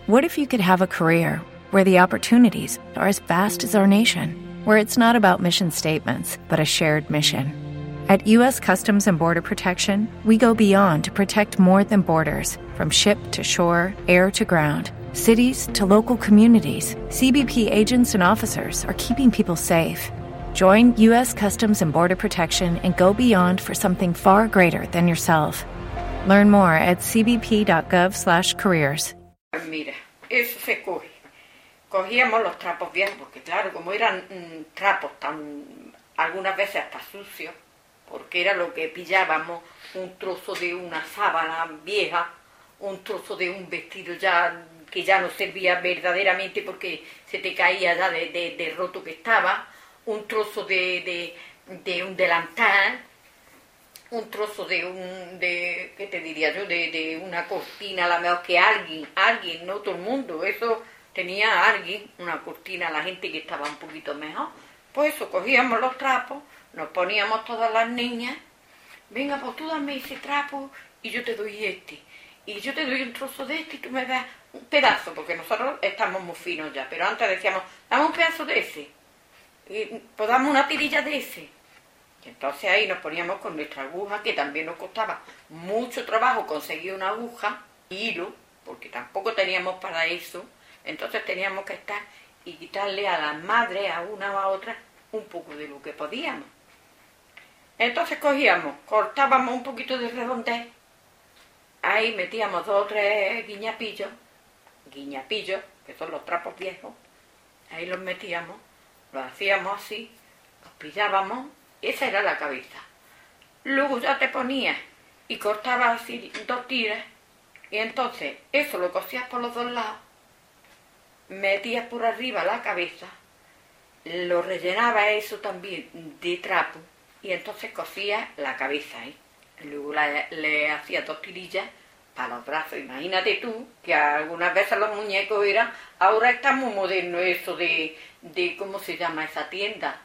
What if you could have a career where the opportunities are as vast as our nation, where it's not about mission statements, but a shared mission? At U.S. Customs and Border Protection, we go beyond to protect more than borders. From ship to shore, air to ground, cities to local communities, CBP agents and officers are keeping people safe. Join U.S. Customs and Border Protection and go beyond for something far greater than yourself. Learn more at cbp.gov/careers. Mira, eso se coge. Cogíamos los trapos viejos, porque claro, como eran trapos algunas veces hasta sucios, porque era lo que pillábamos, un trozo de una sábana vieja, un trozo de un vestido ya que ya no servía verdaderamente porque se te caía ya de roto que estaba, un trozo de un delantal, un trozo ¿qué te diría yo? De una cortina, a lo mejor que alguien, no todo el mundo, eso tenía alguien, una cortina, la gente que estaba un poquito mejor. Pues eso, cogíamos los trapos, nos poníamos todas las niñas, venga, pues tú dame ese trapo y yo te doy este, y yo te doy un trozo de este y tú me das un pedazo, porque nosotros estamos muy finos ya, pero antes decíamos, dame un pedazo de ese, y pues dame una tirilla de ese. Y entonces ahí nos poníamos con nuestra aguja, que también nos costaba mucho trabajo conseguir una aguja y hilo, porque tampoco teníamos para eso, entonces teníamos que estar y quitarle a las madres, a una o a otra, un poco de lo que podíamos. Entonces cogíamos, cortábamos un poquito de redondez, ahí metíamos 2 o 3 guiñapillos, que son los trapos viejos, ahí los metíamos, los hacíamos así, los pillábamos, esa era la cabeza. Luego ya te ponías y cortabas así 2 tiras, y entonces eso lo cosías por los 2 lados, metías por arriba la cabeza, lo rellenaba eso también de trapo, y entonces cosías la cabeza ahí. Luego le hacías 2 tirillas para los brazos. Imagínate tú que algunas veces los muñecos eran, ahora está muy moderno eso de ¿cómo se llama esa tienda?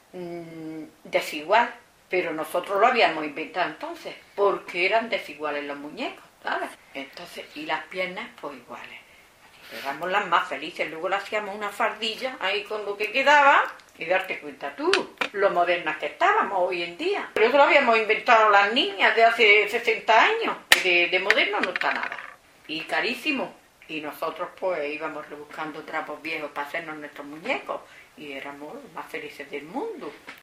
Desigual, pero nosotros lo habíamos inventado entonces, porque eran desiguales los muñecos, ¿sabes? Entonces, y las piernas pues iguales. Éramos las más felices, luego le hacíamos una fardilla ahí con lo que quedaba, y darte cuenta tú, lo modernas que estábamos hoy en día. Pero eso lo habíamos inventado las niñas de hace 60 años, de moderno no está nada. Y carísimo. Y nosotros pues íbamos rebuscando trapos viejos para hacernos nuestros muñecos, y éramos los más felices del mundo.